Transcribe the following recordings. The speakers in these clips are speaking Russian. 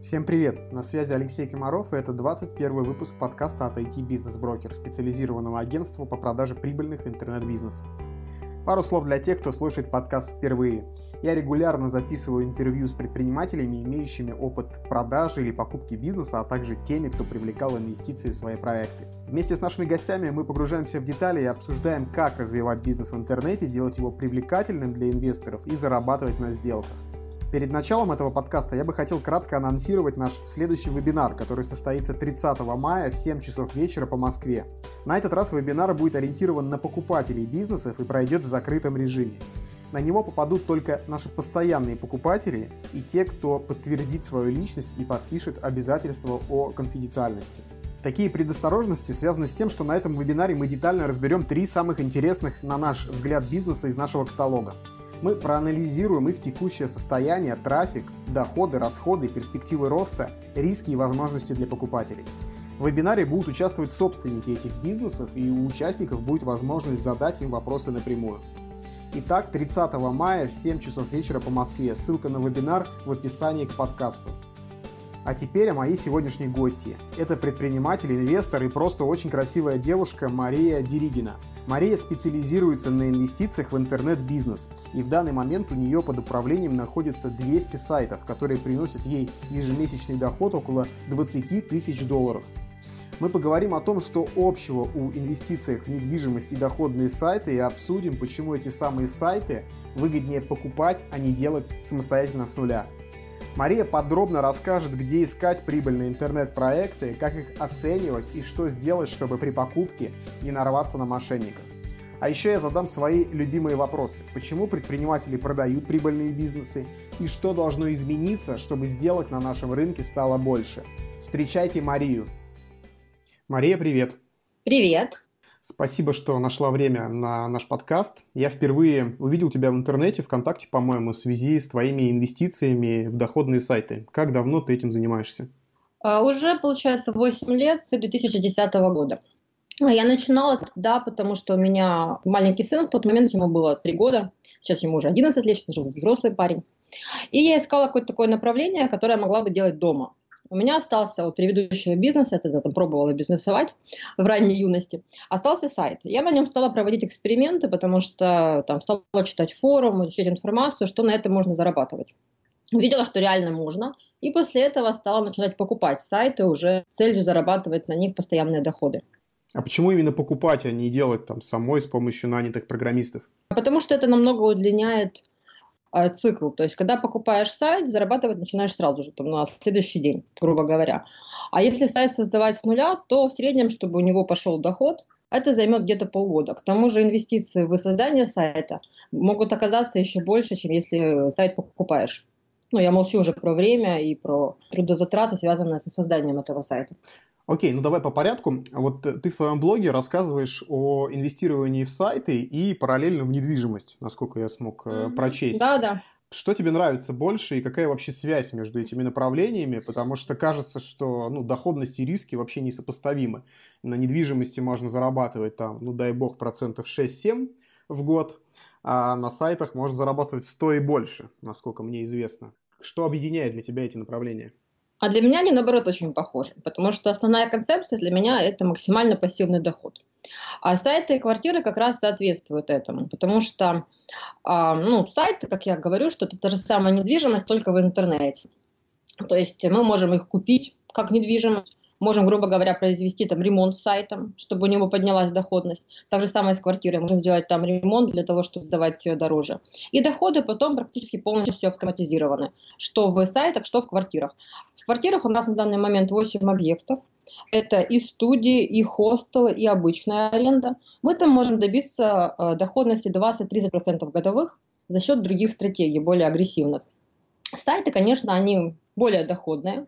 Всем привет! На связи Алексей Комаров, и это 21 выпуск подкаста от IT Business Broker, специализированного агентства по продаже прибыльных интернет-бизнесов. Пару слов для тех, кто слушает подкаст впервые. Я регулярно записываю интервью с предпринимателями, имеющими опыт продажи или покупки бизнеса, а также теми, кто привлекал инвестиции в свои проекты. Вместе с нашими гостями мы погружаемся в детали и обсуждаем, как развивать бизнес в интернете, делать его привлекательным для инвесторов и зарабатывать на сделках. Перед началом этого подкаста я бы хотел кратко анонсировать наш следующий вебинар, который состоится 30 мая в 7 часов вечера по Москве. На этот раз вебинар будет ориентирован на покупателей бизнесов и пройдет в закрытом режиме. На него попадут только наши постоянные покупатели и те, кто подтвердит свою личность и подпишет обязательства о конфиденциальности. Такие предосторожности связаны с тем, что на этом вебинаре мы детально разберем 3 самых интересных, на наш взгляд, бизнеса из нашего каталога. Мы проанализируем их текущее состояние, трафик, доходы, расходы, перспективы роста, риски и возможности для покупателей. В вебинаре будут участвовать собственники этих бизнесов, и у участников будет возможность задать им вопросы напрямую. Итак, 30 мая в 7 часов вечера по Москве. Ссылка на вебинар в описании к подкасту. А теперь о моей сегодняшней гостье. Это предприниматель, инвестор и просто очень красивая девушка Мария Деригина. Мария специализируется на инвестициях в интернет-бизнес, и в данный момент у нее под управлением находится 200 сайтов, которые приносят ей ежемесячный доход около $20 тысяч. Мы поговорим о том, что общего у инвестиций в недвижимость и доходные сайты, и обсудим, почему эти самые сайты выгоднее покупать, а не делать самостоятельно с нуля. Мария подробно расскажет, где искать прибыльные интернет-проекты, как их оценивать и что сделать, чтобы при покупке не нарваться на мошенников. А еще я задам свои любимые вопросы. Почему предприниматели продают прибыльные бизнесы и что должно измениться, чтобы сделок на нашем рынке стало больше. Встречайте Марию. Мария, привет! Привет! Спасибо, что нашла время на наш подкаст. Я впервые увидел тебя в интернете, ВКонтакте, по-моему, в связи с твоими инвестициями в доходные сайты. Как давно ты этим занимаешься? Уже, получается, 8 лет, с 2010 года. Я начинала тогда, потому что у меня маленький сын, в тот момент ему было 3 года, сейчас ему уже 11 лет, сейчас уже взрослый парень. И я искала какое-то такое направление, которое я могла бы делать дома. У меня остался от предыдущего бизнеса, я тогда пробовала бизнесовать в ранней юности, остался сайт. Я на нем стала проводить эксперименты, потому что там стала читать форум, изучать информацию, что на этом можно зарабатывать. Увидела, что реально можно, и после этого стала начинать покупать сайты уже с целью зарабатывать на них постоянные доходы. А почему именно покупать, а не делать там самой с помощью нанятых программистов? Потому что это намного удлиняет цикл. То есть, когда покупаешь сайт, зарабатывать начинаешь сразу же, там, на следующий день, грубо говоря. А если сайт создавать с нуля, то в среднем, чтобы у него пошел доход, это займет где-то полгода. К тому же инвестиции в создание сайта могут оказаться еще больше, чем если сайт покупаешь. Я молчу уже про время и про трудозатраты, связанные со созданием этого сайта. Окей, давай по порядку. Вот ты в своем блоге рассказываешь о инвестировании в сайты и параллельно в недвижимость, насколько я смог прочесть. Да. Что тебе нравится больше и какая вообще связь между этими направлениями? Потому что кажется, что доходность и риски вообще несопоставимы. На недвижимости можно зарабатывать там, дай бог, 6-7% в год, а на сайтах можно зарабатывать 100 и больше, насколько мне известно. Что объединяет для тебя эти направления? А для меня они, наоборот, очень похожи, потому что основная концепция для меня – это максимально пассивный доход. А сайты и квартиры как раз соответствуют этому, потому что сайты, как я говорю, что это та же самая недвижимость, только в интернете. То есть мы можем их купить как недвижимость, можем, грубо говоря, произвести там ремонт с сайтом, чтобы у него поднялась доходность. Так же самое с квартирой. Можем сделать там ремонт для того, чтобы сдавать ее дороже. И доходы потом практически полностью автоматизированы. Что в сайтах, что в квартирах. В квартирах у нас на данный момент 8 объектов. Это и студии, и хостелы, и обычная аренда. Мы там можем добиться доходности 20-30% годовых за счет других стратегий, более агрессивных. Сайты, конечно, они более доходные.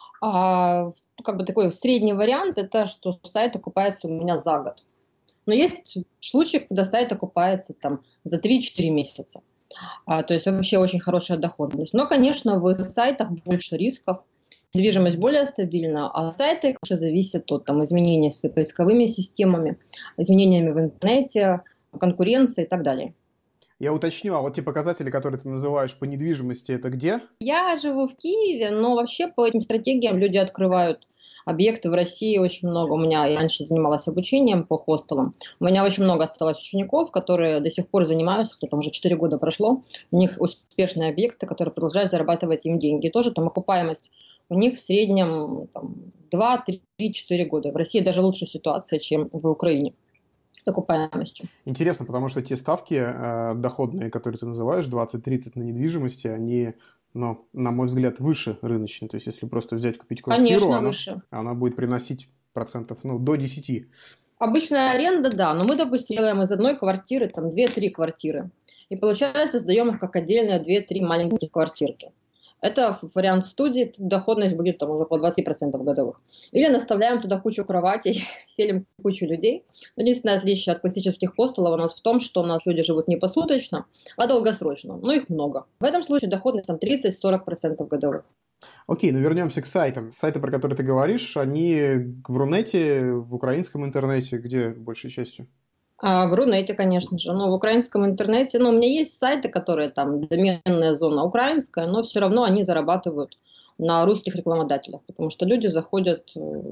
Такой средний вариант – это что сайт окупается у меня за год. Но есть случаи, когда сайт окупается за 3-4 месяца. То есть вообще очень хорошая доходность. Но, конечно, в сайтах больше рисков, недвижимость более стабильна, а сайты уже зависят от изменений с поисковыми системами, изменениями в интернете, конкуренции и так далее. Я уточню, а вот те показатели, которые ты называешь по недвижимости, это где? Я живу в Киеве, но вообще по этим стратегиям люди открывают объекты в России очень много. Я раньше занималась обучением по хостелам. У меня очень много осталось учеников, которые до сих пор занимаются, где-то уже 4 года прошло. У них успешные объекты, которые продолжают зарабатывать им деньги. И тоже там окупаемость у них в среднем 2, 3, 4 года. В России даже лучше ситуация, чем в Украине с окупаемостью. Интересно, потому что те ставки доходные, которые ты называешь, 20-30 на недвижимости, они, на мой взгляд, выше рыночной. То есть, если просто взять, купить квартиру, Конечно, выше. Она будет приносить процентов до 10. Обычная аренда, да, но мы, допустим, делаем из одной квартиры 2-3 квартиры. И получается, сдаем их как отдельные 2-3 маленьких квартирки. Это вариант студии, доходность будет уже по 20% годовых. Или наставляем туда кучу кроватей, селим кучу людей. Но единственное отличие от классических хостелов у нас в том, что у нас люди живут не посуточно, а долгосрочно. Но их много. В этом случае доходность 30-40% годовых. Окей, вернемся к сайтам. Сайты, про которые ты говоришь, они в Рунете, в украинском интернете, где большей частью? В Рунете, конечно же. В украинском интернете, у меня есть сайты, которые доменная зона украинская, но все равно они зарабатывают на русских рекламодателях, потому что люди заходят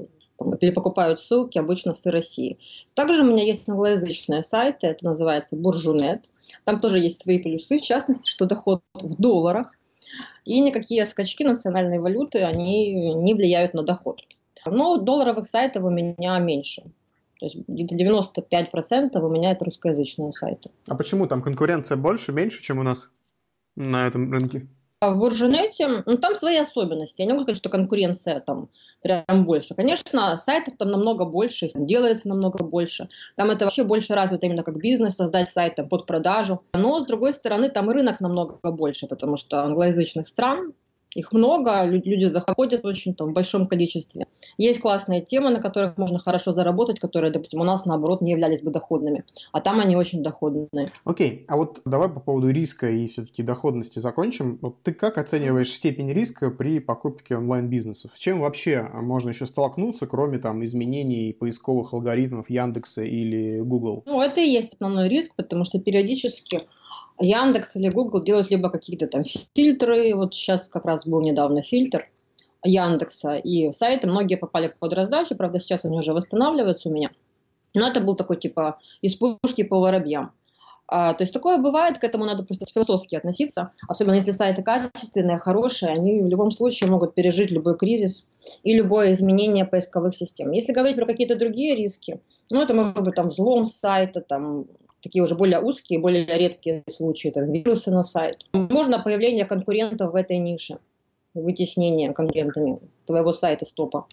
или покупают ссылки обычно с России. Также у меня есть англоязычные сайты, это называется Буржунет. Там тоже есть свои плюсы, в частности, что доход в долларах, и никакие скачки национальной валюты, они не влияют на доход. Но долларовых сайтов у меня меньше. То есть где-то 95% у меня это русскоязычные сайты. А почему там конкуренция больше, меньше, чем у нас на этом рынке? В Буржунете, там свои особенности. Я не могу сказать, что конкуренция там прям больше. Конечно, сайтов там намного больше, их делается намного больше. Там это вообще больше развито именно как бизнес, создать сайт под продажу. Но, с другой стороны, там и рынок намного больше, потому что англоязычных стран, их много, люди заходят очень в большом количестве. Есть классные темы, на которых можно хорошо заработать, которые, допустим, у нас, наоборот, не являлись бы доходными. А там они очень доходные. Окей, а вот давай по поводу риска и все-таки доходности закончим. Вот ты как оцениваешь степень риска при покупке онлайн-бизнесов? С чем вообще можно еще столкнуться, кроме изменений поисковых алгоритмов Яндекса или Google? Это и есть основной риск, потому что периодически Яндекс или Google делают либо какие-то фильтры. Вот сейчас как раз был недавно фильтр Яндекса, и сайты многие попали под раздачу, правда, сейчас они уже восстанавливаются у меня. Но это был такой из пушки по воробьям. То есть такое бывает, к этому надо просто философски относиться. Особенно если сайты качественные, хорошие, они в любом случае могут пережить любой кризис и любое изменение поисковых систем. Если говорить про какие-то другие риски, это может быть взлом сайта, такие уже более узкие, более редкие случаи, вирусы на сайт. Возможно, появление конкурентов в этой нише, вытеснение конкурентами твоего сайта с топа.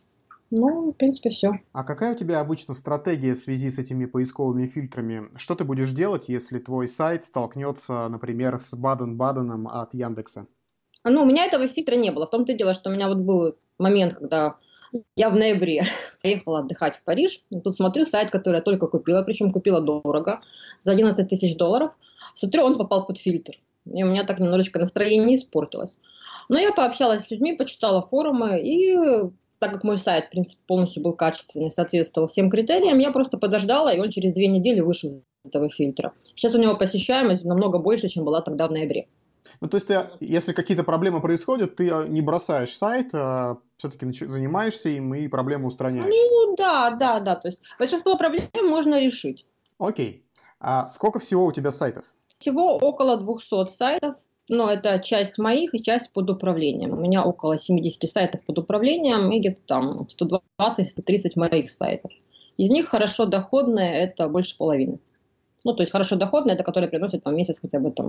В принципе, все. А какая у тебя обычно стратегия в связи с этими поисковыми фильтрами? Что ты будешь делать, если твой сайт столкнется, например, с Баден-Баденом от Яндекса? У меня этого фильтра не было. В том-то и дело, что у меня был момент, когда я в ноябре поехала отдыхать в Париж. И тут смотрю сайт, который я только купила, причем купила дорого, за $11 тысяч. Смотрю, он попал под фильтр. И у меня так немножечко настроение испортилось. Но я пообщалась с людьми, почитала форумы, и так как мой сайт, в принципе, полностью был качественный, соответствовал всем критериям, я просто подождала, и он через 2 недели вышел из этого фильтра. Сейчас у него посещаемость намного больше, чем была тогда в ноябре. То есть, если какие-то проблемы происходят, ты не бросаешь сайт, а все-таки занимаешься им и проблему устраняешь? Да. То есть большинство проблем можно решить. Окей. А сколько всего у тебя сайтов? Всего около 200 сайтов. Но это часть моих и часть под управлением. У меня около 70 сайтов под управлением и где-то 120-130 моих сайтов. Из них хорошо доходные – это больше половины. То есть хорошо доходные – это которые приносят в месяц хотя бы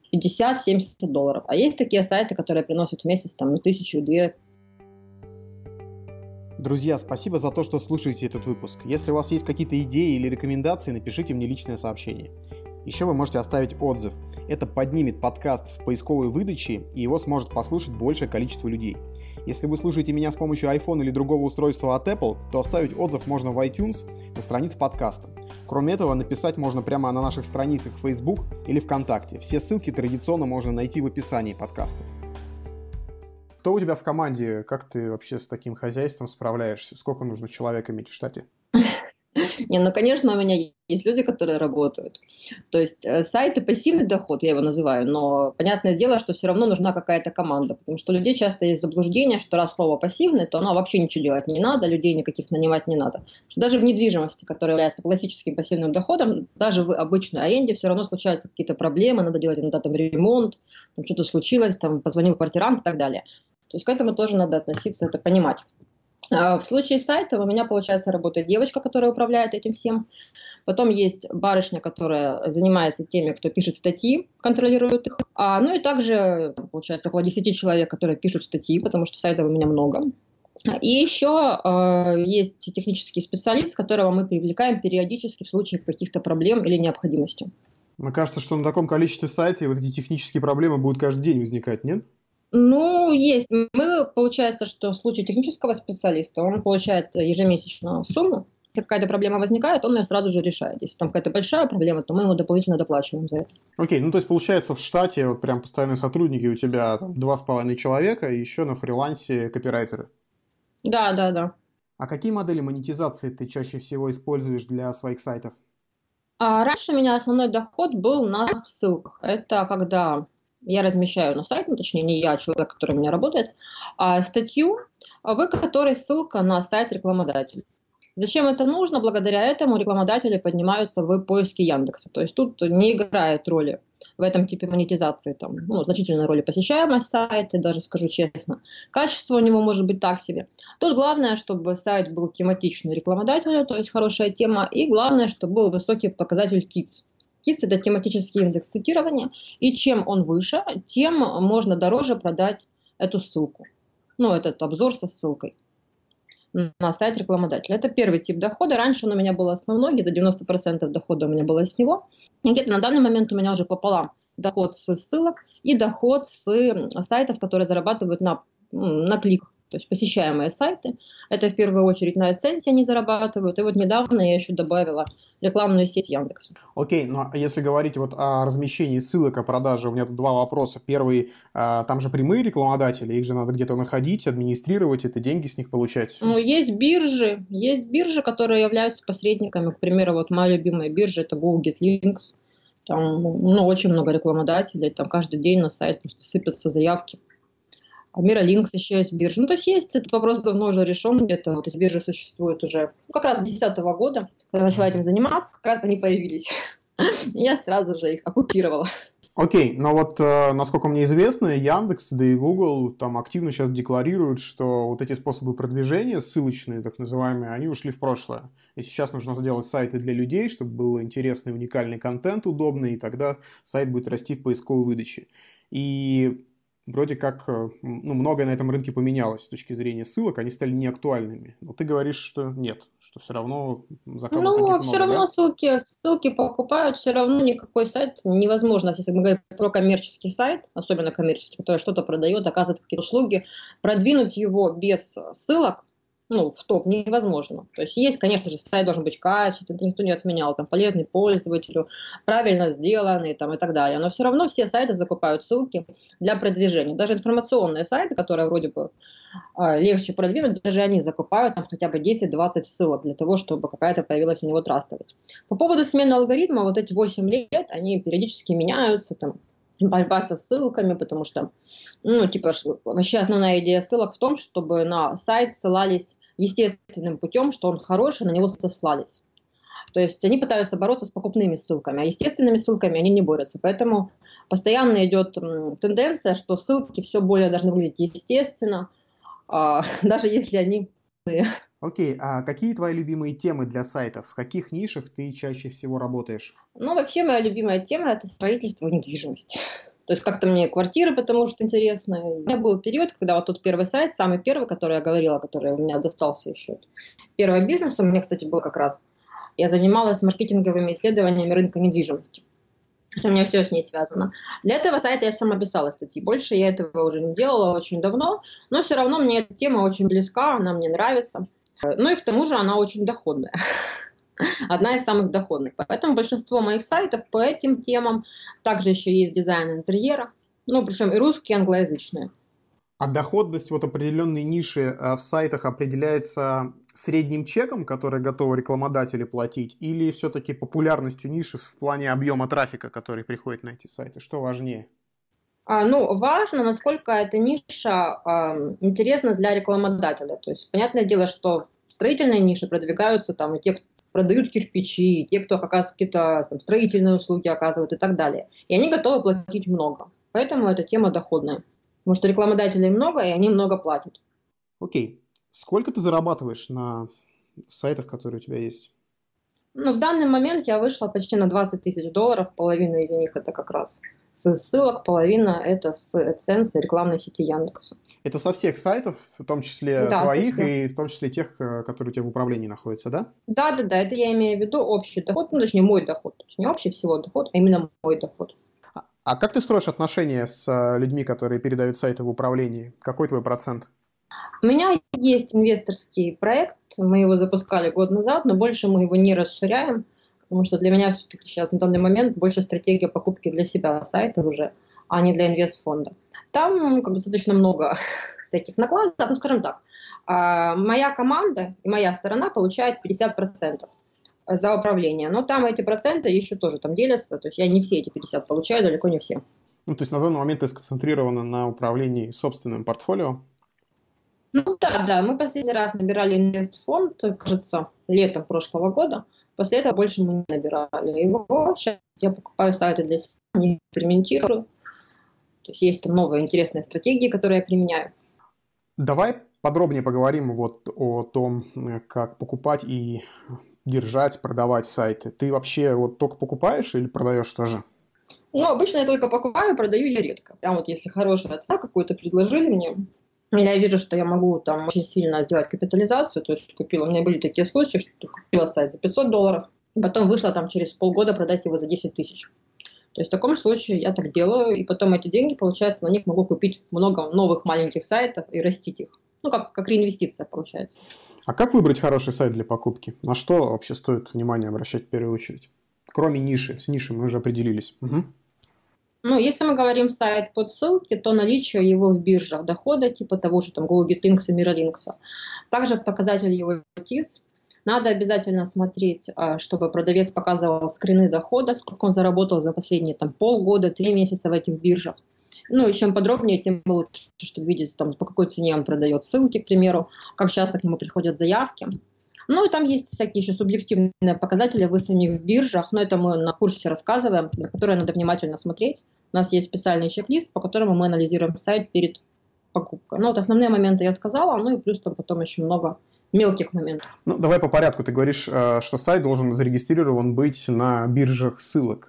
$50-70. А есть такие сайты, которые приносят в месяц 1000-2. Друзья, спасибо за то, что слушаете этот выпуск. Если у вас есть какие-то идеи или рекомендации, напишите мне личное сообщение. Еще вы можете оставить отзыв. Это поднимет подкаст в поисковой выдаче, и его сможет послушать большее количество людей. Если вы слушаете меня с помощью iPhone или другого устройства от Apple, то оставить отзыв можно в iTunes на странице подкаста. Кроме этого, написать можно прямо на наших страницах в Facebook или ВКонтакте. Все ссылки традиционно можно найти в описании подкаста. Кто у тебя в команде? Как ты вообще с таким хозяйством справляешься? Сколько нужно человек иметь в штате? Не, ну, конечно, у меня есть люди, которые работают. То есть сайты пассивный доход, я его называю, но понятное дело, что все равно нужна какая-то команда, потому что у людей часто есть заблуждение, что раз слово пассивный, то оно вообще ничего делать не надо, людей никаких нанимать не надо. Что даже в недвижимости, которая является классическим пассивным доходом, даже в обычной аренде все равно случаются какие-то проблемы, надо делать иногда там ремонт, там что-то случилось, там позвонил квартирант и так далее. То есть к этому тоже надо относиться, это понимать. В случае сайта у меня, получается, работает девочка, которая управляет этим всем. Потом есть барышня, которая занимается теми, кто пишет статьи, контролирует их. Ну и также, получается, около 10 человек, которые пишут статьи, потому что сайтов у меня много. И еще есть технический специалист, которого мы привлекаем периодически в случае каких-то проблем или необходимости. Мне кажется, что на таком количестве сайтов вот эти технические проблемы будут каждый день возникать, нет? Ну, есть. Получается, что в случае технического специалиста он получает ежемесячную сумму. Если какая-то проблема возникает, он ее сразу же решает. Если там какая-то большая проблема, то мы ему дополнительно доплачиваем за это. Окей, ну то есть получается в штате вот прям постоянные сотрудники у тебя там 2,5 человека и еще на фрилансе копирайтеры. Да. А какие модели монетизации ты чаще всего используешь для своих сайтов? Раньше у меня основной доход был на ссылках. Это когда я размещаю на сайт, точнее не я, а человек, который у меня работает, статью, в которой ссылка на сайт рекламодателя. Зачем это нужно? Благодаря этому рекламодатели поднимаются в поиске Яндекса. То есть тут не играет роли в этом типе монетизации значительной роли посещаемость сайта, даже скажу честно. Качество у него может быть так себе. Тут главное, чтобы сайт был тематичный рекламодателю, то есть хорошая тема, и главное, чтобы был высокий показатель KITS. KITS – это тематический индекс цитирования, и чем он выше, тем можно дороже продать эту ссылку. Этот обзор со ссылкой на сайт рекламодателя. Это первый тип дохода. Раньше он у меня был основной, где-то 90% дохода у меня было с него. И где-то на данный момент у меня уже пополам доход с ссылок и доход с сайтов, которые зарабатывают на клик. То есть посещаемые сайты. Это в первую очередь на AdSense они зарабатывают. И вот недавно я еще добавила рекламную сеть Яндекса. Окей, ну а если говорить вот о размещении ссылок, о продаже, у меня тут два вопроса. Первый, там же прямые рекламодатели, их же надо где-то находить, администрировать, это деньги с них получать. Есть биржи, которые являются посредниками. К примеру, вот моя любимая биржа – это GoGetLinks. Там очень много рекламодателей, там каждый день на сайт просто сыпятся заявки. Миралинкс еще есть биржа. То есть этот вопрос давно уже решен, где-то вот эти биржи существуют уже как раз с 2010 года, когда я начала этим заниматься, как раз они появились. Я сразу же их оккупировала. Окей, но вот, насколько мне известно, Яндекс, да и Google там активно сейчас декларируют, что вот эти способы продвижения, ссылочные, так называемые, они ушли в прошлое. И сейчас нужно сделать сайты для людей, чтобы был интересный, уникальный контент, удобный, и тогда сайт будет расти в поисковой выдаче. И вроде как многое на этом рынке поменялось с точки зрения ссылок, они стали неактуальными. Но ты говоришь, что нет, что все равно заказов таких много, все равно да? ссылки покупают, все равно никакой сайт невозможно. Если мы говорим про коммерческий сайт, особенно коммерческий, который что-то продает, оказывает какие-то услуги, продвинуть его без ссылок, в топ невозможно. То есть, конечно же, сайт должен быть качественный, никто не отменял, полезный пользователю, правильно сделанный и так далее. Но все равно все сайты закупают ссылки для продвижения. Даже информационные сайты, которые вроде бы легче продвинуть, даже они закупают хотя бы 10-20 ссылок для того, чтобы какая-то появилась у него трастовость. По поводу смены алгоритма, вот эти 8 лет, они периодически меняются, борьба со ссылками, потому что, вообще основная идея ссылок в том, чтобы на сайт ссылались естественным путем, что он хороший, на него сослались. То есть они пытаются бороться с покупными ссылками, а естественными ссылками они не борются. Поэтому постоянно идет тенденция, что ссылки все более должны выглядеть естественно, даже если они... Окей, а какие твои любимые темы для сайтов? В каких нишах ты чаще всего работаешь? Вообще моя любимая тема – это строительство и недвижимость. То есть как-то мне квартиры, потому что интересно. У меня был период, когда вот тот первый сайт, самый первый, который я говорила, который у меня достался еще. Первый бизнес у меня, кстати, был как раз. Я занималась маркетинговыми исследованиями рынка недвижимости. У меня все с ней связано. Для этого сайта я сама писала статьи. Больше я этого уже не делала очень давно, но все равно мне эта тема очень близка, она мне нравится. И к тому же она очень доходная. Одна из самых доходных. Поэтому большинство моих сайтов по этим темам. Также еще есть дизайн интерьера. Причем и русские, и англоязычные. А доходность вот определенной ниши в сайтах определяется средним чеком, который готовы рекламодатели платить, или все-таки популярностью ниши в плане объема трафика, который приходит на эти сайты? Что важнее? Важно, насколько эта ниша интересна для рекламодателя. То есть, понятное дело, что в строительной нише продвигаются там и те, кто продают кирпичи, и те, кто оказывает какие-то там, строительные услуги оказывают и так далее. И они готовы платить много. Поэтому эта тема доходная. Потому что рекламодателей много, и они много платят. Окей. Сколько ты зарабатываешь на сайтах, которые у тебя есть? В данный момент я вышла почти на $20 тысяч. Половина из них это как раз с ссылок, половина это с AdSense и рекламной сети Яндекса. Это со всех сайтов, в том числе твоих, и в том числе тех, которые у тебя в управлении находятся, да? Да, это я имею в виду общий доход, точнее мой доход. То есть не общий всего доход, а именно мой доход. А как ты строишь отношения с людьми, которые передают сайты в управлении? Какой твой процент? У меня есть инвесторский проект, мы его запускали год назад, но больше мы его не расширяем, потому что для меня все-таки сейчас на данный момент больше стратегия покупки для себя сайтов уже, а не для инвестфонда. Там достаточно много всяких накладок, скажем так, моя команда и моя сторона получает 50% за управление, но там эти проценты еще тоже там делятся, то есть я не все эти 50 получаю, далеко не все. То есть на данный момент ты сконцентрирована на управлении собственным портфолио? Да, мы последний раз набирали инвестфонд, кажется, летом прошлого года. После этого больше мы не набирали его. Сейчас я покупаю сайты для себя, не экспериментирую. То есть есть там новые интересные стратегии, которые я применяю. Давай подробнее поговорим о том, как покупать и держать, продавать сайты. Ты вообще только покупаешь или продаешь тоже? Обычно я только покупаю, продаю я редко. Прям если хорошая цена какую-то предложили мне, я вижу, что я могу там очень сильно сделать капитализацию, то есть у меня были такие случаи, что купила сайт за $500, и потом вышла там через полгода продать его за 10 тысяч. То есть в таком случае я так делаю, и потом эти деньги, получается, на них могу купить много новых маленьких сайтов и растить их. Как реинвестиция получается. А как выбрать хороший сайт для покупки? На что вообще стоит внимание обращать в первую очередь? Кроме ниши. С нишей мы уже определились. Угу. Если мы говорим сайт под ссылки, то наличие его в биржах дохода, типа того же там GoGetLinks и Miralinks. Также показатель его TIS. Надо обязательно смотреть, чтобы продавец показывал скрины дохода, сколько он заработал за последние полгода, 3 месяца в этих биржах. И чем подробнее, тем лучше, чтобы видеть, по какой цене он продает ссылки, к примеру, как часто к нему приходят заявки. И там есть всякие еще субъективные показатели в самих биржах, но это мы на курсе рассказываем, на которые надо внимательно смотреть. У нас есть специальный чек-лист, по которому мы анализируем сайт перед покупкой. Основные моменты я сказала, и плюс там потом еще много мелких моментов. Давай по порядку. Ты говоришь, что сайт должен зарегистрирован быть на биржах ссылок.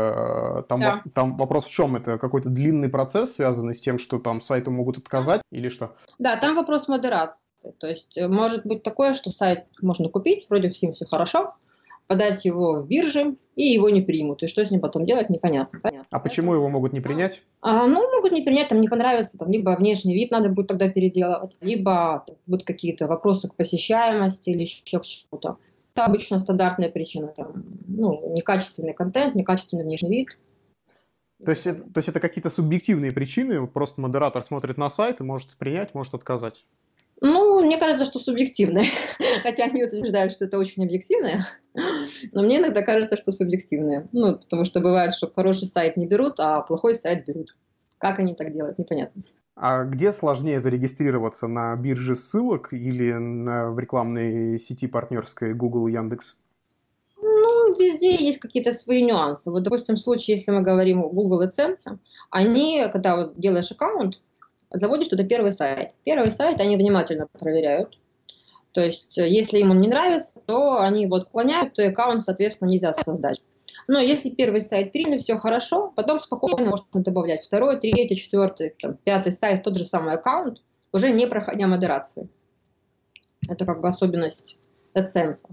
Там вопрос в чем? Это какой-то длинный процесс, связанный с тем, что там сайту могут отказать или что? Да, там вопрос модерации. То есть может быть такое, что сайт можно купить, вроде всем все хорошо, подать его в биржи, и его не примут. И что с ним потом делать, непонятно. А почему его могут не принять? Могут не принять, не понравится, либо внешний вид надо будет тогда переделывать, либо будут какие-то вопросы к посещаемости или еще к чему-то. Это обычно стандартная причина. Некачественный контент, некачественный внешний вид. То есть это какие-то субъективные причины, просто модератор смотрит на сайт и может принять, может отказать? Мне кажется, что субъективное. Хотя они утверждают, что это очень объективное. Но мне иногда кажется, что субъективное. Потому что бывает, что хороший сайт не берут, а плохой сайт берут. Как они так делают, непонятно. А где сложнее зарегистрироваться? На бирже ссылок или в рекламной сети партнерской Google и Яндекс? Везде есть какие-то свои нюансы. Допустим, в случае, если мы говорим о Google AdSense, они, когда делаешь аккаунт, заводишь туда первый сайт. Первый сайт они внимательно проверяют. То есть, если им он не нравится, то они его отклоняют, то аккаунт, соответственно, нельзя создать. Но если первый сайт приняли, все хорошо, потом спокойно можно добавлять второй, третий, четвертый, пятый сайт, тот же самый аккаунт, уже не проходя модерации. Это особенность AdSense.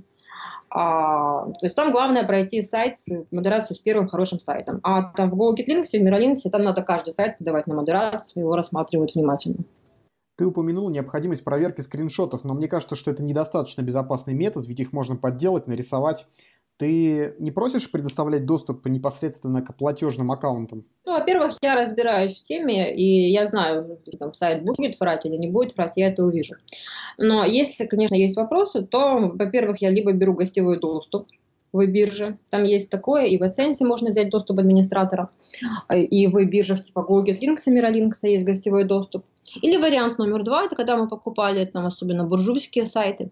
То есть там главное пройти сайт, модерацию с первым хорошим сайтом. А там в GoGetLinks, в Miralinks, там надо каждый сайт подавать на модерацию, его рассматривают внимательно. Ты упомянул необходимость проверки скриншотов, но мне кажется, что это недостаточно безопасный метод, ведь их можно подделать, нарисовать Ты не просишь предоставлять доступ непосредственно к платежным аккаунтам? Ну, во-первых, я разбираюсь в теме, и я знаю, там сайт будет врать или не будет врать, я это увижу. Но если, конечно, есть вопросы, то, во-первых, я либо беру гостевой доступ в бирже, там есть такое, и в AdSense можно взять доступ администратора, и в биржах типа GoGetLinks и Miralinks есть гостевой доступ. Или вариант номер 2, это когда мы покупали там особенно буржуйские сайты,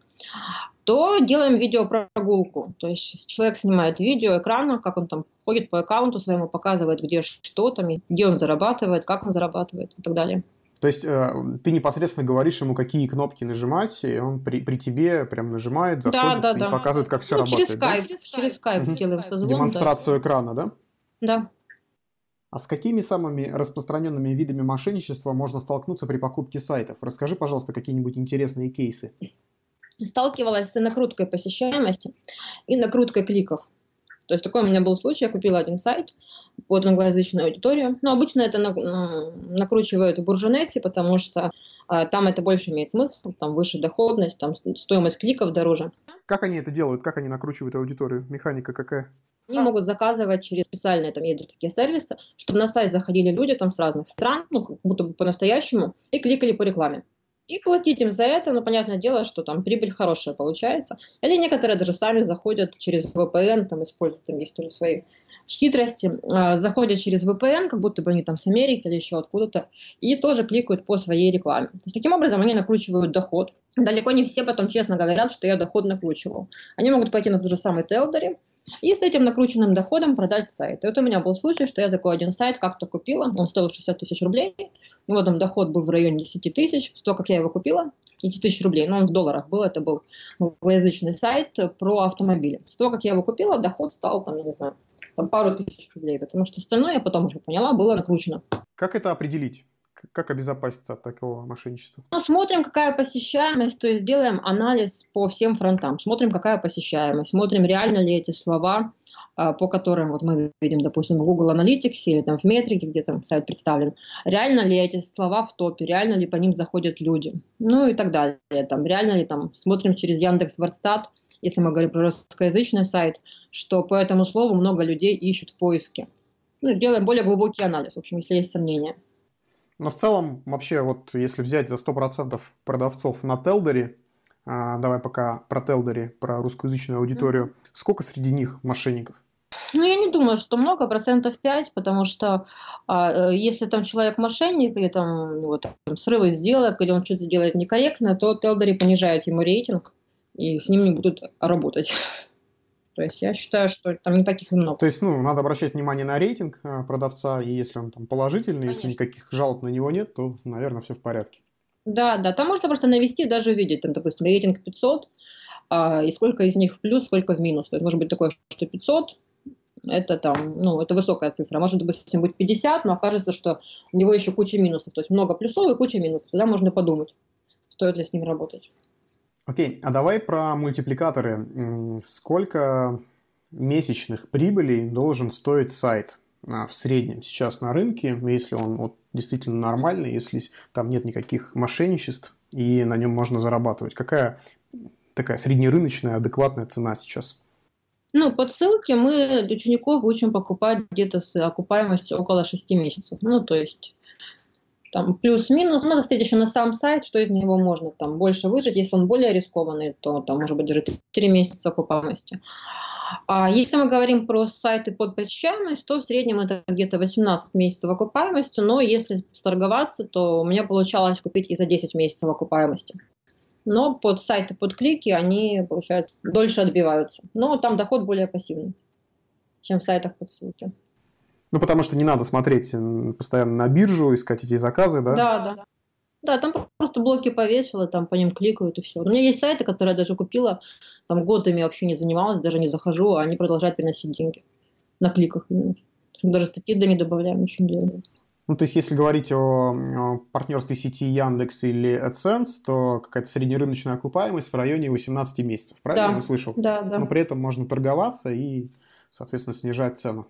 то делаем видеопрогулку. То есть человек снимает видео экрана, как он там ходит по аккаунту своему, показывает, где что там, где он зарабатывает, как он зарабатывает и так далее. То есть ты непосредственно говоришь ему, какие кнопки нажимать, и он при тебе прям нажимает, заходит и показывает, как все работает. Через скайп делаем созвон. Демонстрацию экрана, да? Да. А с какими самыми распространенными видами мошенничества можно столкнуться при покупке сайтов? Расскажи, пожалуйста, какие-нибудь интересные кейсы. Сталкивалась с накруткой посещаемости и накруткой кликов. То есть такой у меня был случай, я купила один сайт под англоязычную аудиторию. Но обычно это накручивают в Буржунете, потому что там это больше имеет смысл, там выше доходность, там стоимость кликов дороже. Как они это делают? Как они накручивают аудиторию? Механика какая? Они могут заказывать через специальные там есть такие сервисы, чтобы на сайт заходили люди там с разных стран, ну как будто бы по-настоящему, и кликали по рекламе. И платить им за это, но понятное дело, что там прибыль хорошая получается. Или некоторые даже сами заходят через VPN, там используют, там есть тоже свои хитрости, заходят через VPN, как будто бы они там с Америки или еще откуда-то, и тоже кликают по своей рекламе. То есть таким образом они накручивают доход. Далеко не все потом честно говорят, что я доход накручивал. Они могут пойти на тот же самый Телдери и с этим накрученным доходом продать сайт. И вот у меня был случай, что я такой один сайт как-то купила, он стоил 60 тысяч рублей, у него там доход был в районе 10 тысяч, с того, как я его купила, 10 тысяч рублей, но он в долларах был, это был англоязычный сайт про автомобили. С того, как я его купила, доход стал, там, я не знаю, там пару тысяч рублей, потому что остальное, я потом уже поняла, было накручено. Как это определить? Как обезопаситься от такого мошенничества? Ну, смотрим, какая посещаемость, то есть делаем анализ по всем фронтам. Смотрим, какая посещаемость, смотрим, реально ли эти слова, по которым вот мы видим, допустим, в Google Analytics или там в метрике, где там сайт представлен, реально ли эти слова в топе, реально ли по ним заходят люди, ну и так далее. Там, реально ли там, смотрим через Яндекс.Вордстат, если мы говорим про русскоязычный сайт, что по этому слову много людей ищут в поиске. Ну, делаем более глубокий анализ, в общем, если есть сомнения. Но в целом, вообще, вот если взять за 100% продавцов на Телдере, давай пока про Телдери, про русскоязычную аудиторию, сколько среди них мошенников? Ну, я не думаю, что много, 5%, потому что если там человек мошенник, или там, вот, там срывы сделок, или он что-то делает некорректно, то Телдери понижает ему рейтинг, и с ним не будут работать. То есть я считаю, что там не таких и много. То есть, надо обращать внимание на рейтинг продавца, и если он там положительный, Конечно. Если никаких жалоб на него нет, то, наверное, все в порядке. Да, там можно просто навести, даже увидеть, там, допустим, рейтинг 500, и сколько из них в плюс, сколько в минус. То есть может быть такое, что 500, это там, это высокая цифра. Может, допустим, быть 50, но окажется, что у него еще куча минусов. То есть много плюсов и куча минусов. Тогда можно подумать, стоит ли с ним работать. Окей, а давай про мультипликаторы. Сколько месячных прибылей должен стоить сайт в среднем сейчас на рынке, если он действительно нормальный, если там нет никаких мошенничеств и на нем можно зарабатывать? Какая такая среднерыночная, адекватная цена сейчас? По ссылке мы учеников учим покупать где-то с окупаемостью около 6 месяцев. То есть там плюс-минус. Надо смотреть еще на сам сайт, что из него можно там больше выжать. Если он более рискованный, то там может быть даже 3 месяца окупаемости. А если мы говорим про сайты под посещаемость, то в среднем это где-то 18 месяцев окупаемости. Но если сторговаться, то у меня получалось купить и за 10 месяцев окупаемости. Но под сайты, под клики, они, получается, дольше отбиваются. Но там доход более пассивный, чем в сайтах под ссылки. Потому что не надо смотреть постоянно на биржу, искать эти заказы, да? Да. Да, там просто блоки повесила, там по ним кликают и все. У меня есть сайты, которые я даже купила, там годами вообще не занималась, даже не захожу, а они продолжают приносить деньги на кликах именно. Мы даже статьи не добавляем, очень делаем. То есть, если говорить о партнерской сети Яндекс или AdSense, то какая-то среднерыночная окупаемость в районе 18 месяцев. Правильно я услышал? Да. Но при этом можно торговаться и, соответственно, снижать цену.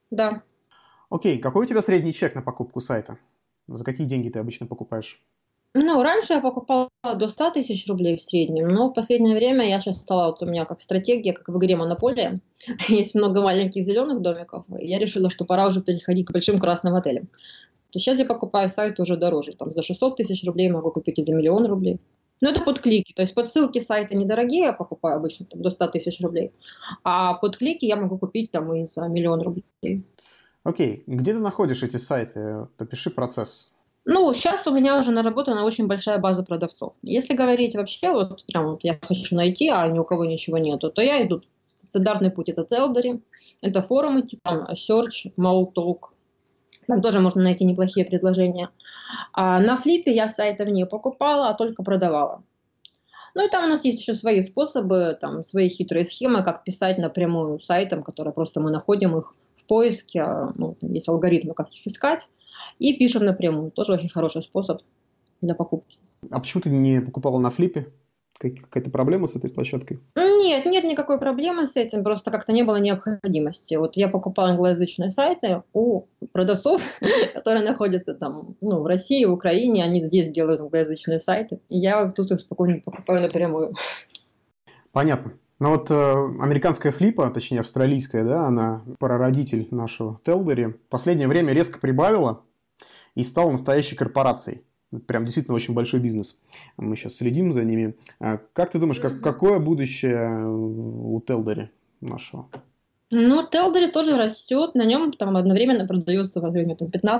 Да. Окей, какой у тебя средний чек на покупку сайта? За какие деньги ты обычно покупаешь? Ну, раньше я покупала до 100 тысяч рублей в среднем, но в последнее время я сейчас стала, вот у меня как стратегия, как в игре «Монополия», есть много маленьких зеленых домиков, и я решила, что пора уже переходить к большим красным отелям. То сейчас я покупаю сайты уже дороже, там за 600 тысяч рублей могу купить и за миллион рублей. Но это под клики, то есть под ссылки сайты недорогие, я покупаю обычно там, до 100 тысяч рублей, а под клики я могу купить там и за миллион рублей. Окей, где ты находишь эти сайты? Опиши процесс. Ну, сейчас у меня уже наработана очень большая база продавцов. Если говорить вообще, вот прям вот я хочу найти, а ни у кого ничего нету, то я иду стандартный путь. Это Телдери, это форумы типа Search, Malltalk. Там тоже можно найти неплохие предложения. А на Флипе я сайтов не покупала, а только продавала. Ну и там у нас есть еще свои способы, там свои хитрые схемы, как писать напрямую сайтам, которые просто мы находим их в поиске, ну, там есть алгоритмы, как их искать, и пишем напрямую. Тоже очень хороший способ для покупки. А почему ты не покупала на Флипе? Какая-то проблема с этой площадкой? Нет, нет никакой проблемы с этим, просто как-то не было необходимости. Вот я покупала англоязычные сайты у продавцов, которые находятся там, ну, в России, в Украине, они здесь делают англоязычные сайты, и я тут их спокойно покупаю напрямую. Понятно. Но вот американская Флипа, точнее австралийская, да, она прародитель нашего Телдери, в последнее время резко прибавила и стала настоящей корпорацией. Прям действительно очень большой бизнес. Мы сейчас следим за ними. Как ты думаешь, какое будущее у Телдери нашего? Ну, Телдери тоже растет, на нем там одновременно продается во время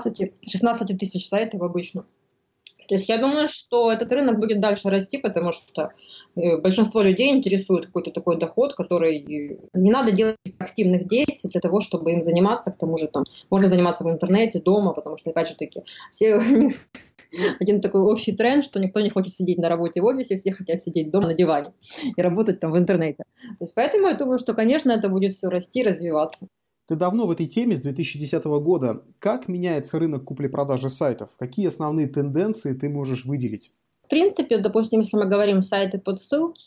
15-16 тысяч сайтов обычно. То есть я думаю, что этот рынок будет дальше расти, потому что большинство людей интересует какой-то такой доход, который не надо делать активных действий для того, чтобы им заниматься. К тому же там можно заниматься в интернете, дома, потому что, опять же таки, все один такой общий тренд, что никто не хочет сидеть на работе в офисе, все хотят сидеть дома на диване и работать там в интернете. То есть поэтому я думаю, что, конечно, это будет все расти, развиваться. Ты давно в этой теме, с 2010 года. Как меняется рынок купли-продажи сайтов? Какие основные тенденции ты можешь выделить? В принципе, допустим, если мы говорим сайты под ссылки,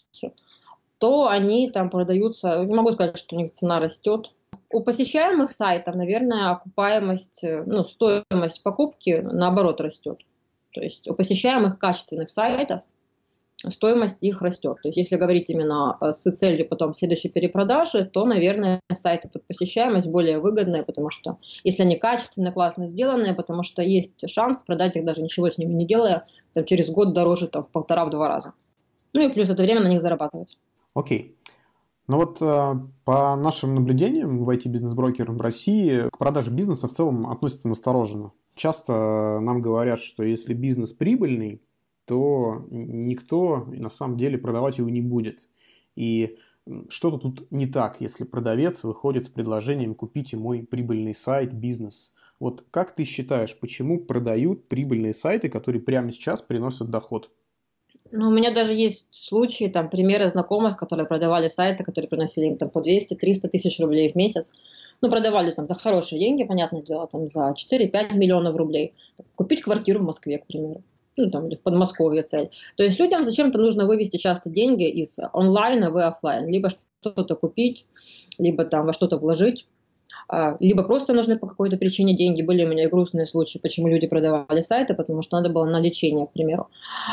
то они там продаются, не могу сказать, что у них цена растет. У посещаемых сайтов, наверное, окупаемость, ну, стоимость покупки наоборот растет. То есть у посещаемых качественных сайтов стоимость их растет. То есть если говорить именно с целью потом следующей перепродажи, то, наверное, сайты под посещаемость более выгодные, потому что если они качественно, классно сделанные, потому что есть шанс продать их даже ничего с ними не делая, там, через год дороже там, в 1,5-2 раза. Ну и плюс это время на них зарабатывать. Окей. Ну вот по нашим наблюдениям в IT-бизнес-брокер в России к продаже бизнеса в целом относятся настороженно. Часто нам говорят, что если бизнес прибыльный, то никто на самом деле продавать его не будет. И что-то тут не так, если продавец выходит с предложением «купите мой прибыльный сайт, бизнес». Вот как ты считаешь, почему продают прибыльные сайты, которые прямо сейчас приносят доход? Ну, у меня даже есть случаи, там, примеры знакомых, которые продавали сайты, которые приносили им там, по 200-300 тысяч рублей в месяц. Ну, продавали там за хорошие деньги, понятное дело, там, за 4-5 миллионов рублей. Купить квартиру в Москве, к примеру. Ну, там, или в Подмосковье цель. То есть людям зачем-то нужно вывести часто деньги из онлайна в офлайн. Либо что-то купить, либо там во что-то вложить. Либо просто нужны по какой-то причине деньги. Были у меня и грустные случаи, почему люди продавали сайты, потому что надо было на лечение, к примеру.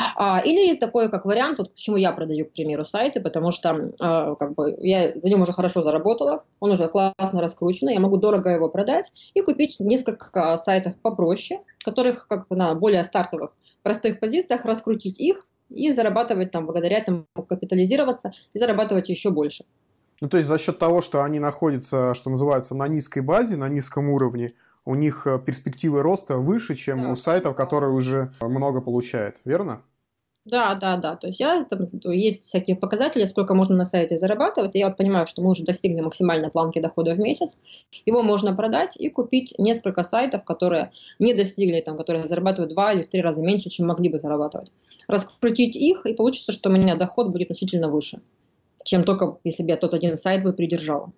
Или такой, как вариант, вот почему я продаю, к примеру, сайты, потому что как бы, я за ним уже хорошо заработала, он уже классно раскручен, я могу дорого его продать и купить несколько сайтов попроще, которых как бы, на более стартовых, простых позициях раскрутить их и зарабатывать там, благодаря этому капитализироваться и зарабатывать еще больше. Ну, то есть за счет того, что они находятся, что называется, на низкой базе, на низком уровне, у них перспективы роста выше, чем у сайтов, которые уже много получают, верно? Да. То есть там есть всякие показатели, сколько можно на сайте зарабатывать. И я вот понимаю, что мы уже достигли максимальной планки дохода в месяц. Его можно продать и купить несколько сайтов, которые не достигли, там, которые зарабатывают в 2 или в 3 раза меньше, чем могли бы зарабатывать. Раскрутить их, и получится, что у меня доход будет значительно выше, чем только если бы я тот один сайт бы придержала.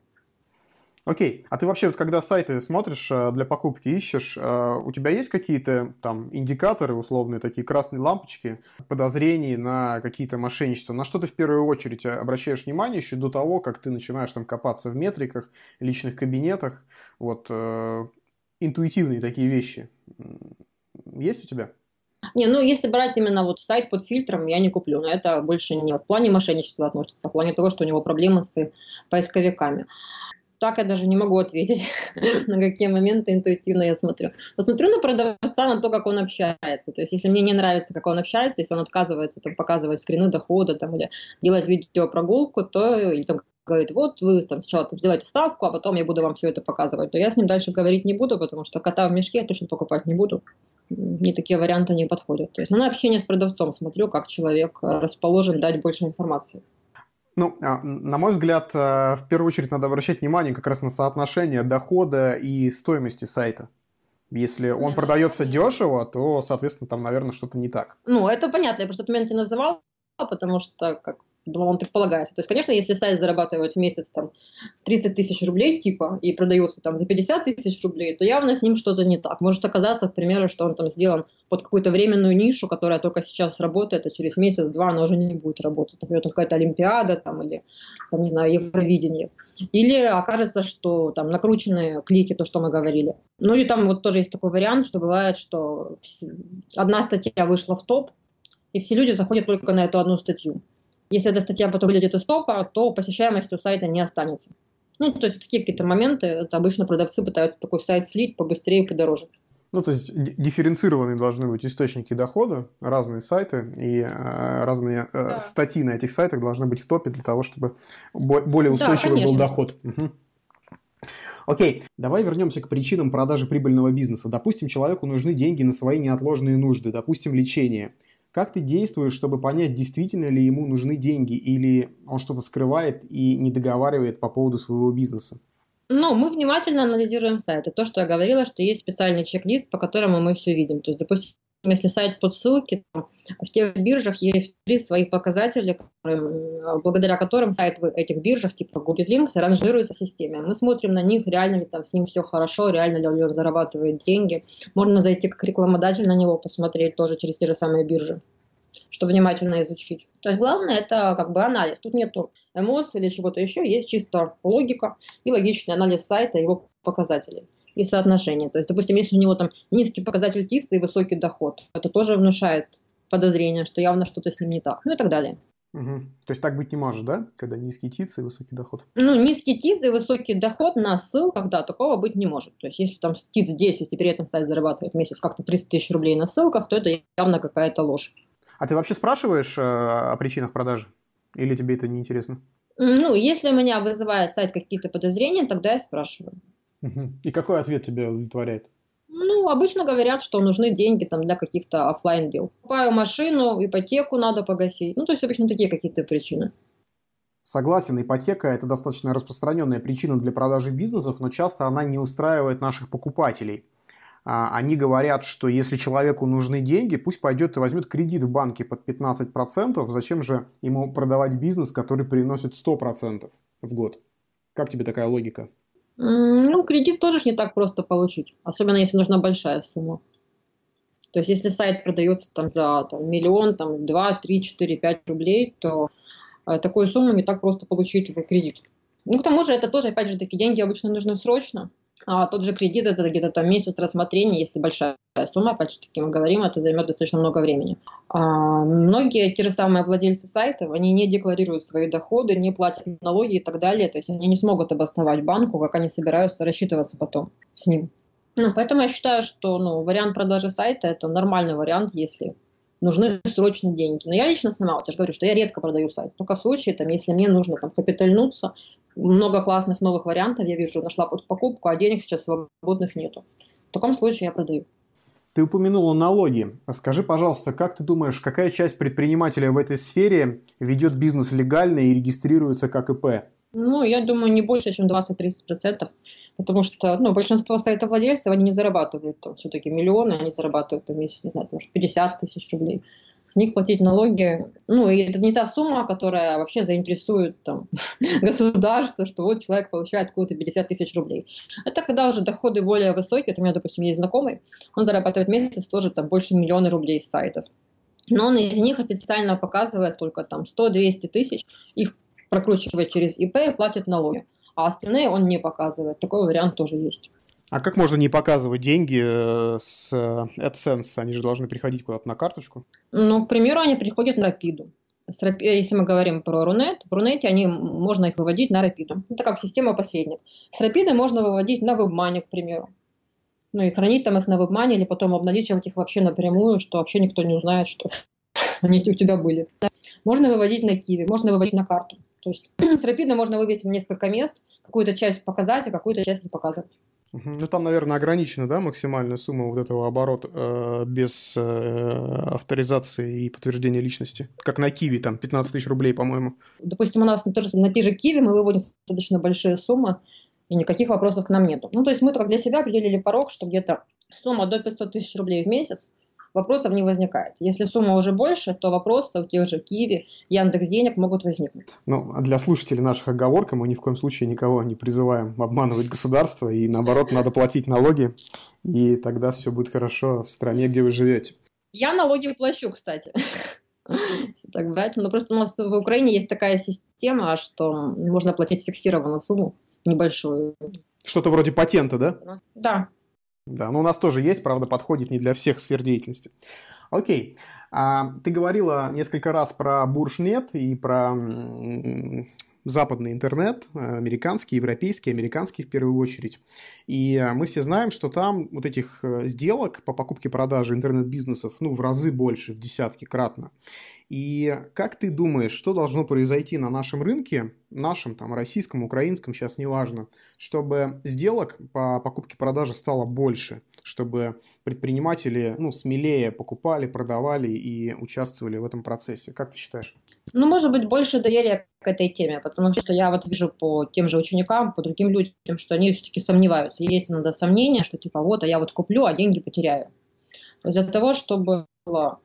Окей. А ты вообще, вот когда сайты смотришь, для покупки ищешь, у тебя есть какие-то там индикаторы, условные такие красные лампочки, подозрений на какие-то мошенничества? На что ты в первую очередь обращаешь внимание еще до того, как ты начинаешь там копаться в метриках, личных кабинетах? Вот интуитивные такие вещи есть у тебя? Не, ну если брать именно вот сайт под фильтром, я не куплю, но это больше не в плане мошенничества относится, а в плане того, что у него проблемы с поисковиками. Так я даже не могу ответить, на какие моменты интуитивно я смотрю. Посмотрю на продавца, на то, как он общается. То есть, если мне не нравится, как он общается, если он отказывается там, показывать скрины дохода там, или делать видеопрогулку, то или там говорит, вот вы там, сначала там, сделайте ставку, а потом я буду вам все это показывать, то я с ним дальше говорить не буду, потому что кота в мешке я точно покупать не буду. Мне такие варианты не подходят. То есть, на общение с продавцом смотрю, как человек расположен дать больше информации. Ну, на мой взгляд, в первую очередь надо обращать внимание как раз на соотношение дохода и стоимости сайта. Если он продается дешево, то, соответственно, там, наверное, что-то не так. Ну, это понятно, я просто этот момент не называла, потому что, как думала, он предполагается. То есть, конечно, если сайт зарабатывает в месяц там 30 тысяч рублей, типа, и продается там за 50 тысяч рублей, то явно с ним что-то не так. Может оказаться, к примеру, что он там сделан под какую-то временную нишу, которая только сейчас работает, а через месяц-два она уже не будет работать. Например, там какая-то Олимпиада там, или, там, не знаю, Евровидение. Или окажется, что там накрученные клики, то, что мы говорили. Ну, или там вот тоже есть такой вариант, что бывает, что одна статья вышла в топ, и все люди заходят только на эту одну статью. Если эта статья потом выйдет из топа, то посещаемости у сайта не останется. Ну, то есть такие какие-то моменты, это обычно продавцы пытаются такой сайт слить побыстрее и подороже. Ну, то есть дифференцированные должны быть источники дохода, разные сайты и разные статьи на этих сайтах должны быть в топе для того, чтобы более устойчивый был доход. Угу. Окей, давай вернемся к причинам продажи прибыльного бизнеса. Допустим, человеку нужны деньги на свои неотложные нужды, допустим, лечение. Как ты действуешь, чтобы понять, действительно ли ему нужны деньги, или он что-то скрывает и не договаривает по поводу своего бизнеса? Ну, мы внимательно анализируем сайты. То, что я говорила, что есть специальный чек-лист, по которому мы все видим. То есть, допустим, если сайт под ссылки, в тех биржах есть свои показатели, благодаря которым сайт в этих биржах, типа Google Links, ранжируется в системе. Мы смотрим на них, реально ли там с ним все хорошо, реально ли он зарабатывает деньги. Можно зайти как рекламодатель на него, посмотреть тоже через те же самые биржи, чтобы внимательно изучить. То есть главное это как бы анализ. Тут нету эмоций или чего-то еще, есть чисто логика и логичный анализ сайта, его показателей и соотношения. То есть, допустим, если у него там низкий показатель ТИЦа и высокий доход, это тоже внушает подозрение, что явно что-то с ним не так, ну и так далее. Угу. То есть так быть не может, да? Когда низкий ТИЦ и высокий доход? Ну, низкий ТИЦ и высокий доход на ссылках, да, такого быть не может. То есть, если там ТИЦ 10 и при этом сайт зарабатывает в месяц как-то 30 тысяч рублей на ссылках, то это явно какая-то ложь. А ты вообще спрашиваешь о причинах продажи? Или тебе это не интересно? Ну, если у меня вызывает сайт какие-то подозрения, тогда я спрашиваю. И какой ответ тебя удовлетворяет? Ну, обычно говорят, что нужны деньги там для каких-то офлайн дел. Покупаю машину, ипотеку надо погасить. Ну, то есть обычно такие какие-то причины. Согласен, ипотека – это достаточно распространенная причина для продажи бизнесов, но часто она не устраивает наших покупателей. Они говорят, что если человеку нужны деньги, пусть пойдет и возьмет кредит в банке под 15%, зачем же ему продавать бизнес, который приносит 100% в год? Как тебе такая логика? Ну, кредит тоже не так просто получить, особенно если нужна большая сумма. То есть, если сайт продается там, за миллион, там, 2, 3, 4, 5 рублей, то такую сумму не так просто получить в кредит. Ну, к тому же, это тоже, опять же, такие деньги обычно нужны срочно. А тот же кредит – это где-то там месяц рассмотрения, если большая сумма, опять же таки мы говорим, это займет достаточно много времени. Многие те же самые владельцы сайтов, они не декларируют свои доходы, не платят налоги и так далее, то есть они не смогут обосновать банку, как они собираются рассчитываться потом с ним. Ну, поэтому я считаю, что вариант продажи сайта – это нормальный вариант, если нужны срочные деньги. Но я лично сама, я же говорю, что я редко продаю сайт. Только в случае, если мне нужно капитальнуться, много классных новых вариантов я вижу, нашла под покупку, а денег сейчас свободных нету. В таком случае я продаю. Ты упомянула налоги. Скажи, пожалуйста, как ты думаешь, какая часть предпринимателей в этой сфере ведет бизнес легально и регистрируется как ИП? Ну, я думаю, не больше, чем 20-30%, потому что большинство сайтовладельцев, они не зарабатывают там все-таки миллионы, они зарабатывают в месяц, не знаю, может, 50 тысяч рублей. С них платить налоги, и это не та сумма, которая вообще заинтересует там государство, что вот человек получает какую-то 50 тысяч рублей. Это когда уже доходы более высокие. Вот у меня, допустим, есть знакомый, он зарабатывает в месяц тоже там больше миллиона рублей с сайтов. Но он из них официально показывает только там 100-200 тысяч, их прокручивает через ИП и платит налоги. А остальные он не показывает. Такой вариант тоже есть. А как можно не показывать деньги с AdSense? Они же должны приходить куда-то на карточку. Ну, к примеру, они приходят на Рапиду. Если мы говорим про Рунет, в Рунете можно их выводить на Рапиду. Это как система посредник. С Рапиды можно выводить на WebMoney, к примеру. Ну и хранить там их на WebMoney или потом обналичивать их вообще напрямую, что вообще никто не узнает, что они у тебя были. Можно выводить на Киви, можно выводить на карту. То есть с Рапида можно вывести в несколько мест, какую-то часть показать, а какую-то часть не показывать. Ну, там, наверное, ограничена, да, максимальная сумма вот этого оборота без авторизации и подтверждения личности. Как на Киви, там, 15 тысяч рублей, по-моему. Допустим, у нас тоже на те же Киви мы выводим достаточно большие суммы, и никаких вопросов к нам нету. Ну, то есть мы только для себя определили порог, что где-то сумма до 500 тысяч рублей в месяц, вопросов не возникает. Если сумма уже больше, то вопросы у тех же Киви, Яндекс.Денег могут возникнуть. Ну, а для слушателей наших оговорка мы ни в коем случае никого не призываем обманывать государство, и наоборот, надо платить налоги, и тогда все будет хорошо в стране, где вы живете. Я налоги плачу, кстати. Если так брать. Но просто у нас в Украине есть такая система, что можно платить фиксированную сумму, небольшую. Что-то вроде патента, да? Да. Да, но у нас тоже есть, правда, подходит не для всех сфер деятельности. Окей. Ты говорила несколько раз про Буржнет и про западный интернет, американский, европейский, американский в первую очередь. И мы все знаем, что там вот этих сделок по покупке-продаже интернет-бизнесов в разы больше, в десятки кратно. И как ты думаешь, что должно произойти на нашем рынке, нашем, там, российском, украинском, сейчас неважно, чтобы сделок по покупке-продаже стало больше, чтобы предприниматели, смелее покупали, продавали и участвовали в этом процессе? Как ты считаешь? Ну, может быть, больше доверия к этой теме, потому что я вот вижу по тем же ученикам, по другим людям, что они все-таки сомневаются. Есть иногда сомнения, что типа вот, а я вот куплю, а деньги потеряю. То есть для того, чтобы было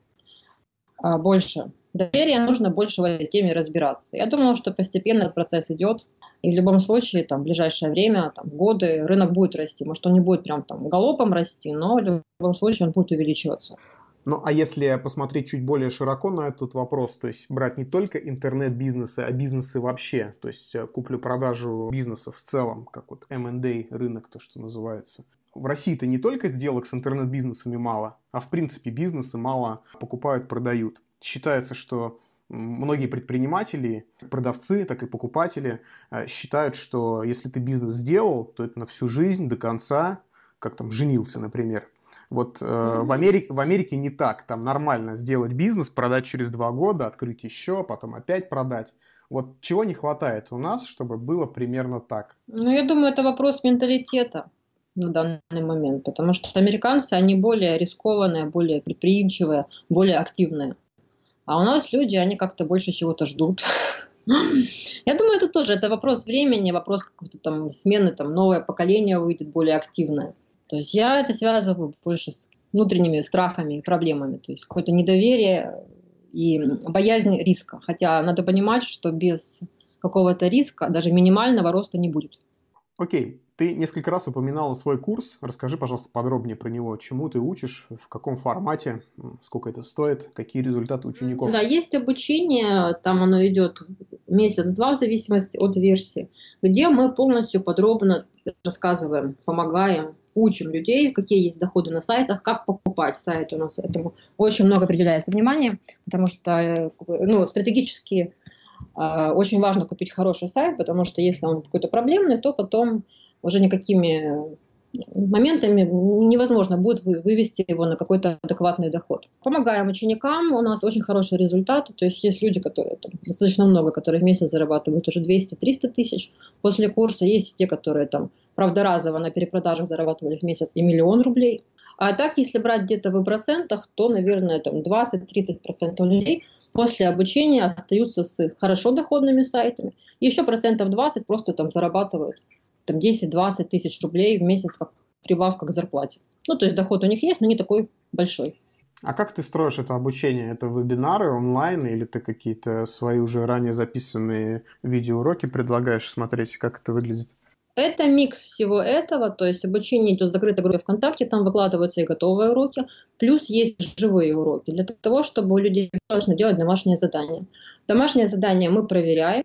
больше доверия, нужно больше в этой теме разбираться. Я думаю, что постепенно этот процесс идет. И в любом случае, там, в ближайшее время, там, годы, рынок будет расти. Может, он не будет прям там галопом расти, но в любом случае он будет увеличиваться. Ну, а если посмотреть чуть более широко на этот вопрос, то есть брать не только интернет-бизнесы, а бизнесы вообще, то есть куплю-продажу бизнесов в целом, как вот M&A рынок, то, что называется. В России-то не только сделок с интернет-бизнесами мало, а в принципе бизнесы мало покупают, продают. Считается, что многие предприниматели, как продавцы, так и покупатели, считают, что если ты бизнес сделал, то это на всю жизнь, до конца, как там женился, например. Вот в Америке не так. Там нормально сделать бизнес, продать через 2 года, открыть еще, потом опять продать. Вот чего не хватает у нас, чтобы было примерно так? Ну, я думаю, это вопрос менталитета на данный момент, потому что американцы, они более рискованные, более предприимчивые, более активные. А у нас люди, они как-то больше чего-то ждут. Я думаю, это тоже это вопрос времени, вопрос какой-то там смены, там новое поколение выйдет более активное. То есть я это связываю больше с внутренними страхами и проблемами, то есть какое-то недоверие и боязнь риска. Хотя надо понимать, что без какого-то риска даже минимального роста не будет. Окей. Ты несколько раз упоминала свой курс. Расскажи, пожалуйста, подробнее про него. Чему ты учишь, в каком формате, сколько это стоит, какие результаты учеников? Да, есть обучение, там оно идет месяц-два в зависимости от версии, где мы полностью подробно рассказываем, помогаем, учим людей, какие есть доходы на сайтах, как покупать сайт. У нас этому очень много приділяється внимания, потому что стратегически очень важно купить хороший сайт, потому что если он какой-то проблемный, то потом уже никакими моментами невозможно будет вывести его на какой-то адекватный доход. Помогаем ученикам, у нас очень хорошие результаты, то есть есть люди, которые там, достаточно много, которые в месяц зарабатывают уже 200-300 тысяч после курса, есть те, которые там, правда, разово на перепродажах зарабатывали в месяц и 1 000 000 рублей. А так, если брать где-то в процентах, то, наверное, там 20-30% людей после обучения остаются с хорошо доходными сайтами. И еще 20% просто там зарабатывают там 10-20 тысяч рублей в месяц как прибавка к зарплате. Ну, то есть доход у них есть, но не такой большой. А как ты строишь это обучение? Это вебинары онлайн или ты какие-то свои уже ранее записанные видеоуроки предлагаешь смотреть? Как это выглядит? Это микс всего этого, то есть обучение идет в закрытой группе ВКонтакте, там выкладываются и готовые уроки, плюс есть живые уроки, для того, чтобы у людей нужно делать домашнее задание. Домашнее задание мы проверяем,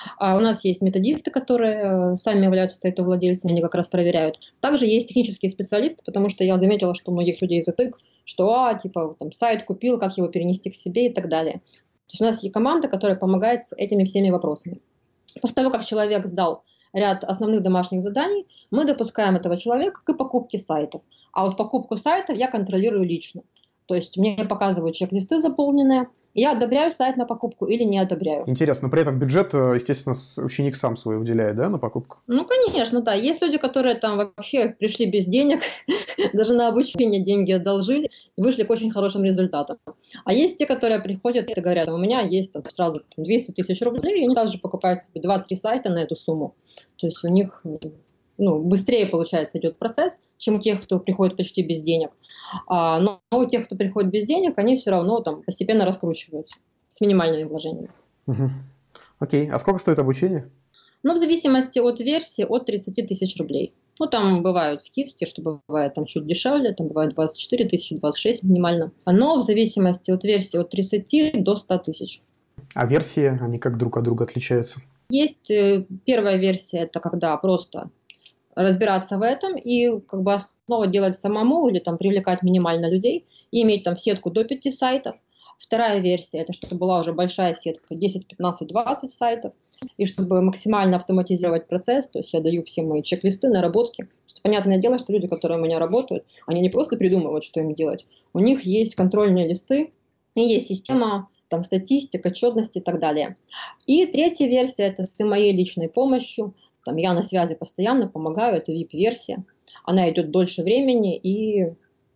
У нас есть методисты, которые сами являются сайтовладельцами, они как раз проверяют. Также есть технические специалисты, потому что я заметила, что у многих людей затык, что там сайт купил, как его перенести к себе и так далее. То есть у нас есть команда, которая помогает с этими всеми вопросами. После того, как человек сдал ряд основных домашних заданий, мы допускаем этого человека к покупке сайтов. А вот покупку сайтов я контролирую лично. То есть мне показывают чек-листы заполненные, и я одобряю сайт на покупку или не одобряю. Интересно, при этом бюджет, естественно, ученик сам свой выделяет, да, на покупку? Ну, конечно, да. Есть люди, которые там вообще пришли без денег, даже на обучение деньги одолжили, и вышли к очень хорошим результатам. А есть те, которые приходят и говорят, у меня есть сразу 200 тысяч рублей, и они сразу же покупают себе 2-3 сайта на эту сумму. То есть у них быстрее, получается, идет процесс, чем у тех, кто приходит почти без денег. Но у тех, кто приходит без денег, они все равно там постепенно раскручиваются с минимальными вложениями. Угу. Окей. А сколько стоит обучение? В зависимости от версии, от 30 тысяч рублей. Там бывают скидки, что бывает там чуть дешевле, там бывает 24 тысячи, 26 минимально. Но в зависимости от версии от 30 до 100 тысяч. А версии, они как друг от друга отличаются? Есть первая версия, это когда просто разбираться в этом и основу делать самому или там привлекать минимально людей и иметь там сетку до 5 сайтов. Вторая версия, это чтобы была уже большая сетка, 10, 15, 20 сайтов. И чтобы максимально автоматизировать процесс, то есть я даю все мои чек-листы, наработки. Понятное дело, что люди, которые у меня работают, они не просто придумывают, что им делать. У них есть контрольные листы, и есть система, там статистика, отчетность и так далее. И третья версия, это с моей личной помощью. Там я на связи постоянно, помогаю, это VIP-версия. Она идет дольше времени и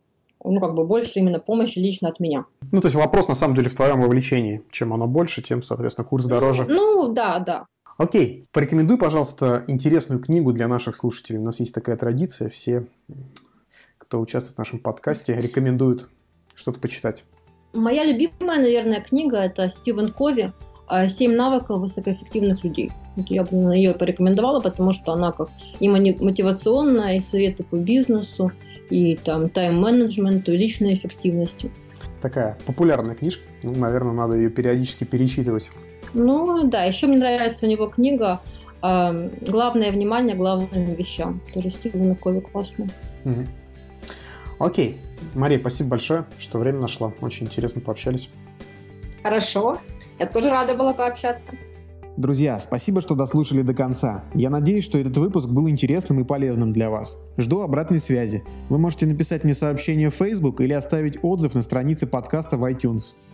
больше именно помощи лично от меня. То есть вопрос на самом деле в твоем вовлечении. Чем оно больше, тем, соответственно, курс дороже. Да. Окей. Порекомендуй, пожалуйста, интересную книгу для наших слушателей. У нас есть такая традиция. Все, кто участвует в нашем подкасте, рекомендуют что-то почитать. Моя любимая, наверное, книга – это Стивен Кови «7 навыков высокоэффективных людей». Я бы ее порекомендовала, потому что она как и мотивационная, и советы по бизнесу, и там тайм-менеджменту, и личной эффективности. Такая популярная книжка. Наверное, надо ее периодически перечитывать. Еще мне нравится у него книга «Главное внимание главным вещам». Тоже Стивена Кови классно. Угу. Окей. Мария, спасибо большое, что время нашла. Очень интересно пообщались. Хорошо. Я тоже рада была пообщаться. Друзья, спасибо, что дослушали до конца. Я надеюсь, что этот выпуск был интересным и полезным для вас. Жду обратной связи. Вы можете написать мне сообщение в Facebook или оставить отзыв на странице подкаста в iTunes.